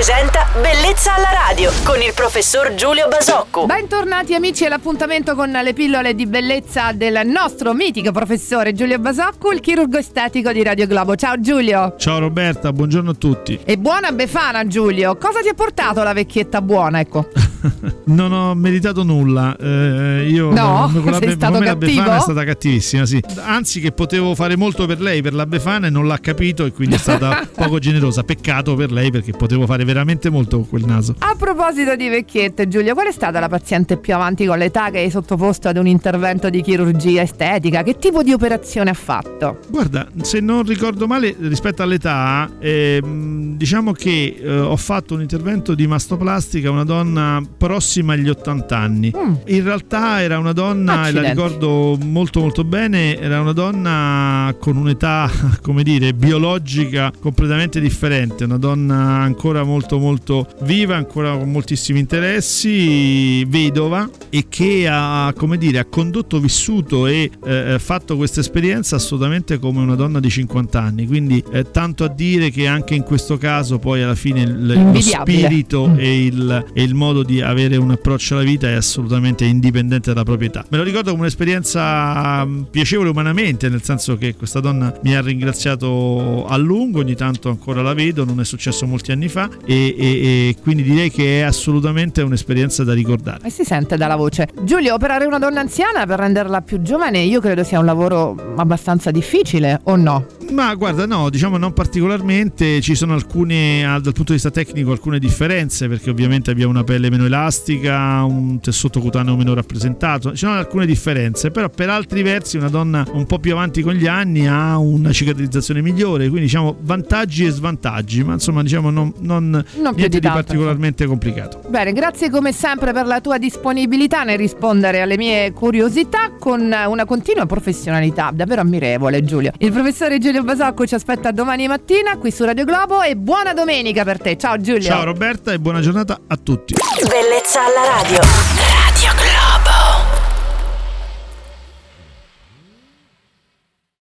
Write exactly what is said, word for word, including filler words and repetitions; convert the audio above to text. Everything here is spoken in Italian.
presenta Bellezza alla radio con il professor Giulio Basocco. Bentornati amici all'appuntamento con le pillole di bellezza del nostro mitico professore Giulio Basocco, il chirurgo estetico di Radio Globo. Ciao Giulio. Ciao Roberta, buongiorno a tutti. E buona Befana Giulio, cosa ti ha portato la vecchietta buona, ecco? Non ho meritato nulla, eh, io no, con la, sei be- stato con me la cattivo? Befana è stata cattivissima, sì. Anzi che potevo fare molto per lei, per la Befana, e non l'ha capito e quindi è stata poco generosa. Peccato per lei perché potevo fare veramente molto con quel naso. A proposito di vecchiette Giulio, qual è stata la paziente più avanti con l'età che hai sottoposto ad un intervento di chirurgia estetica? Che tipo di operazione ha fatto? Guarda, se non ricordo male rispetto all'età, eh, diciamo che eh, ho fatto un intervento di mastoplastica a una donna prossima agli ottanta anni. Mm. In realtà era una donna, Accidenti. e la ricordo molto molto bene, era una donna con un'età, come dire, biologica completamente differente, una donna ancora molto molto viva, ancora con moltissimi interessi, vedova, e che ha, come dire, ha condotto, vissuto e eh, fatto questa esperienza assolutamente come una donna di cinquanta anni, quindi eh, tanto a dire che anche in questo caso poi alla fine il, lo spirito mm. e, il, e il modo di avere un approccio alla vita è assolutamente indipendente dalla proprietà. Me lo ricordo come un'esperienza piacevole umanamente, nel senso che questa donna mi ha ringraziato a lungo, ogni tanto ancora la vedo, non è successo molti anni fa, e, e, e quindi direi che è assolutamente un'esperienza da ricordare. E si sente dalla voce. Giulio, operare una donna anziana per renderla più giovane io credo sia un lavoro abbastanza difficile, o no? Ma guarda, no, diciamo non particolarmente. Ci sono alcune, dal punto di vista tecnico, alcune differenze, perché ovviamente abbiamo una pelle meno elastica, un tessuto cutaneo meno rappresentato, ci sono alcune differenze, però per altri versi una donna un po' più avanti con gli anni ha una cicatrizzazione migliore, quindi diciamo vantaggi e svantaggi, ma insomma diciamo non, non, non niente di, di particolarmente complicato. Bene, grazie come sempre per la tua disponibilità nel rispondere alle mie curiosità con una continua professionalità davvero ammirevole, Giulio. Il professore Giulio Basocco ci aspetta domani mattina qui su Radio Globo, e buona domenica per te. Ciao Giulio. Ciao Roberta e buona giornata a tutti. Bellezza alla radio.